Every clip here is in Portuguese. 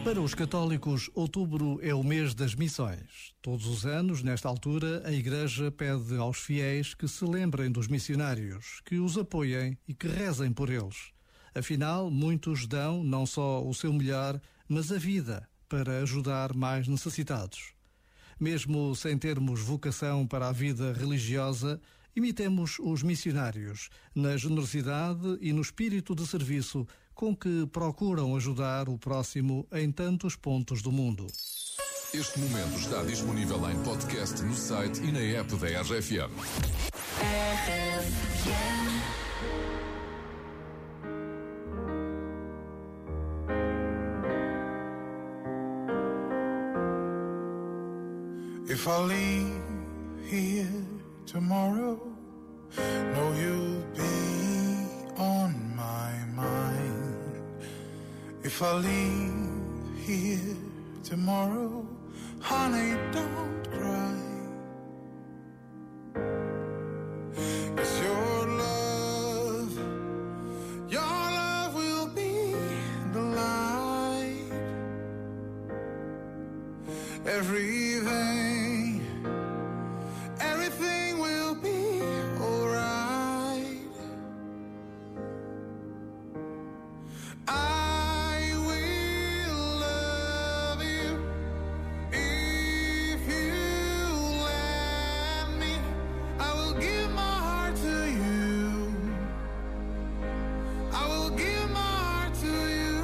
Para os católicos, outubro é o mês das missões. Todos os anos, nesta altura, a Igreja pede aos fiéis que se lembrem dos missionários, que os apoiem e que rezem por eles. Afinal, muitos dão não só o seu melhor, mas a vida para ajudar mais necessitados. Mesmo sem termos vocação para a vida religiosa, imitemos os missionários na generosidade e no espírito de serviço com que procuram ajudar o próximo em tantos pontos do mundo. Este momento está disponível em podcast no site e na app da RFM. If I leave here tomorrow, know you'll be on my mind. If I leave here tomorrow, honey, don't cry. 'Cause your love will be the light. Everything will be alright. I will love you if you let me. I will give my heart to you. I will give my heart to you.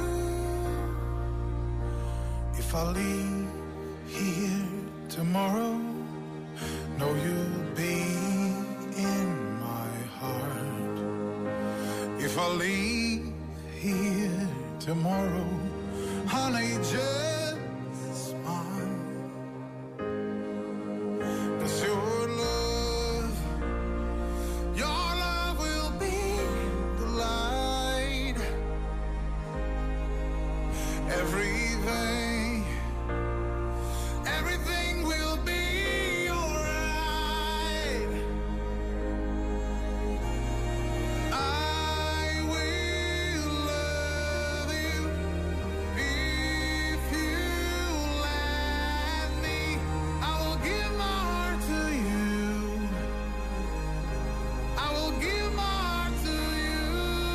If I leave here tomorrow, know you'll be in my heart. If I leave here tomorrow, honey, just smile. 'Cause your love will be the light. Everything will be alright. I will love you if you let me. I will give my heart to you. I will give my heart to you.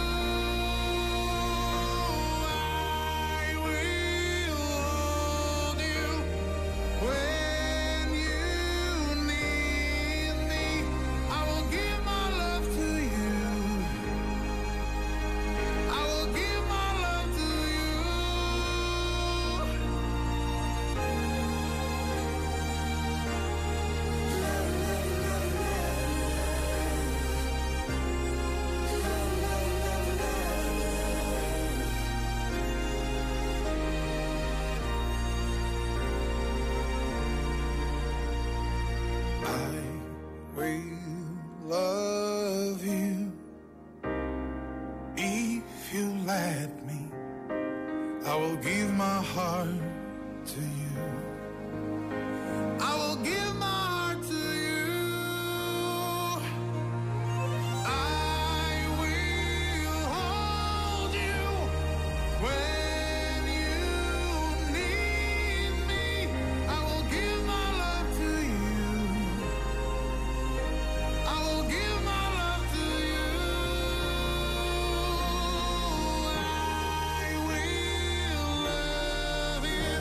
I will hold you when you need me. I will give my love to you. I will give my love to you. I will love you if you let me. I will give my heart to you. I will give my heart to you. I will hold you when you need me. I will give my love to you. I will give my love to you. I will love you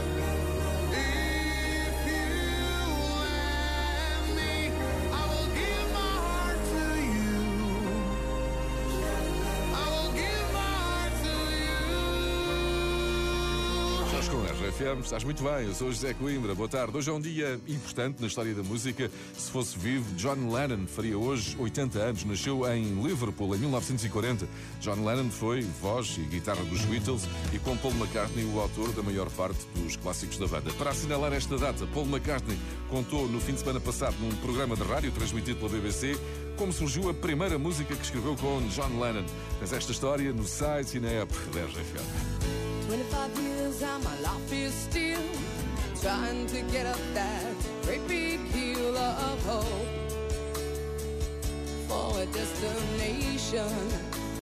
if you let me. I will give my heart to you. I will give my heart to you. Estás com a RFM, estás muito bem. Eu sou o José Coimbra, boa tarde. Hoje é um dia importante na história da música. Se fosse vivo, John Lennon faria hoje 80 anos. Nasceu em Liverpool em 1940. John Lennon foi voz e guitarra dos Beatles e com Paul McCartney o autor da maior parte dos clássicos da banda. Para assinalar esta data, Paul McCartney contou no fim de semana passado num programa de rádio transmitido pela BBC como surgiu a primeira música que escreveu com John Lennon. Mas esta história no site e na app da RFM. 25 years and my life is still trying to get up that great big hill of hope for a destination